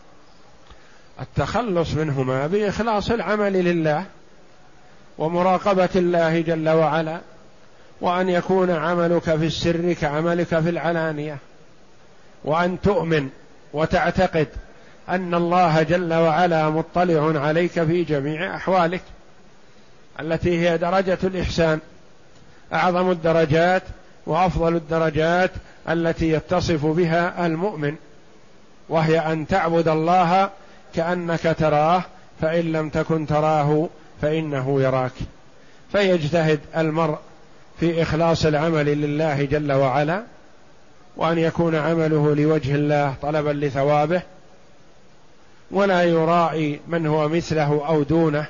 S1: التخلص منهما بإخلاص العمل لله ومراقبة الله جل وعلا، وأن يكون عملك في السر كعملك في العلانية، وأن تؤمن وتعتقد أن الله جل وعلا مطلع عليك في جميع أحوالك التي هي درجة الإحسان، أعظم الدرجات وأفضل الدرجات التي يتصف بها المؤمن، وهي أن تعبد الله كأنك تراه، فإن لم تكن تراه فإنه يراك. فيجتهد المرء في إخلاص العمل لله جل وعلا، وأن يكون عمله لوجه الله طلبا لثوابه، ولا يرائي من هو مثله أو دونه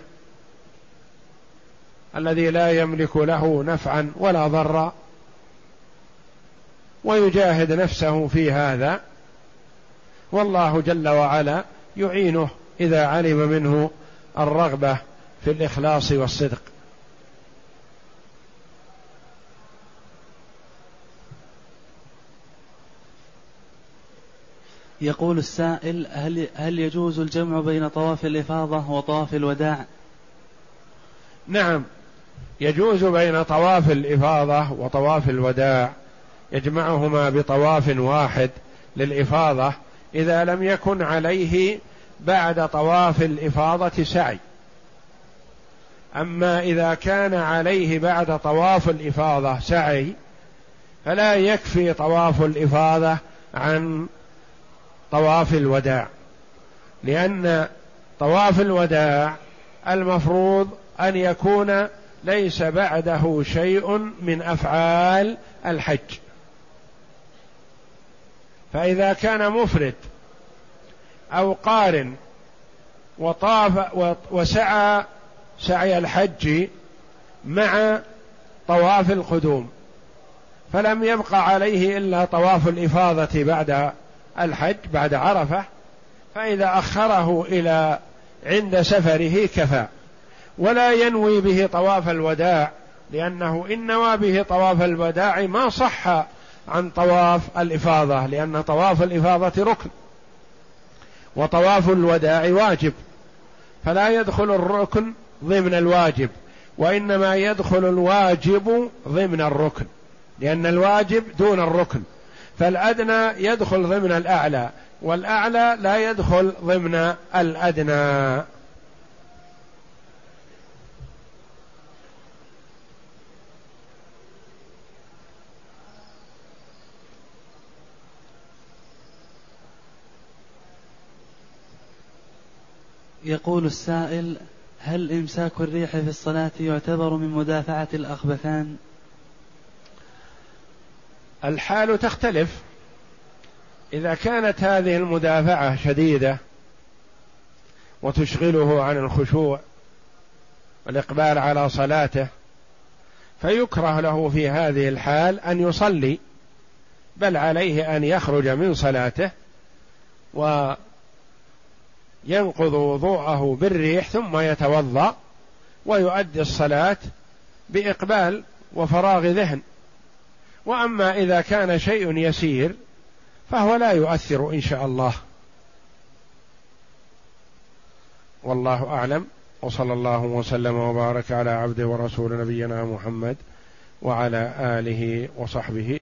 S1: الذي لا يملك له نفعا ولا ضرا، ويجاهد نفسه في هذا، والله جل وعلا يعينه إذا علم منه الرغبة في الإخلاص والصدق.
S2: يقول السائل: هل هل يجوز الجمع بين طواف الإفاضة وطواف الوداع؟
S1: نعم، يجوز بين طواف الإفاضة وطواف الوداع، يجمعهما بطواف واحد للإفاضة إذا لم يكن عليه بعد طواف الإفاضة سعي. أما إذا كان عليه بعد طواف الإفاضة سعي فلا يكفي طواف الإفاضة عن طواف الوداع، لأن طواف الوداع المفروض أن يكون ليس بعده شيء من أفعال الحج. فإذا كان مفرد أو قارن وطاف وسعى سعي الحج مع طواف القدوم، فلم يبق عليه إلا طواف الإفاضة بعد الحج بعد عرفة، فإذا أخره إلى عند سفره كفى، ولا ينوي به طواف الوداع، لأنه إن نوى به طواف الوداع ما صح عن طواف الإفاضة، لأن طواف الإفاضة ركن وطواف الوداع واجب، فلا يدخل الركن ضمن الواجب، وإنما يدخل الواجب ضمن الركن، لأن الواجب دون الركن، فالأدنى يدخل ضمن الأعلى، والأعلى لا يدخل ضمن الأدنى.
S2: يقول السائل: هل إمساك الريح في الصلاة يعتبر من مدافعة الأخبثان؟
S1: الحال تختلف، إذا كانت هذه المدافعة شديدة وتشغله عن الخشوع والإقبال على صلاته فيكره له في هذه الحال أن يصلي، بل عليه أن يخرج من صلاته وينقض وضوءه بالريح ثم يتوضأ ويؤدي الصلاة بإقبال وفراغ ذهن. وأما إذا كان شيء يسير فهو لا يؤثر إن شاء الله، والله أعلم، وصلى الله وسلم وبارك على عبده ورسول نبينا محمد وعلى آله وصحبه.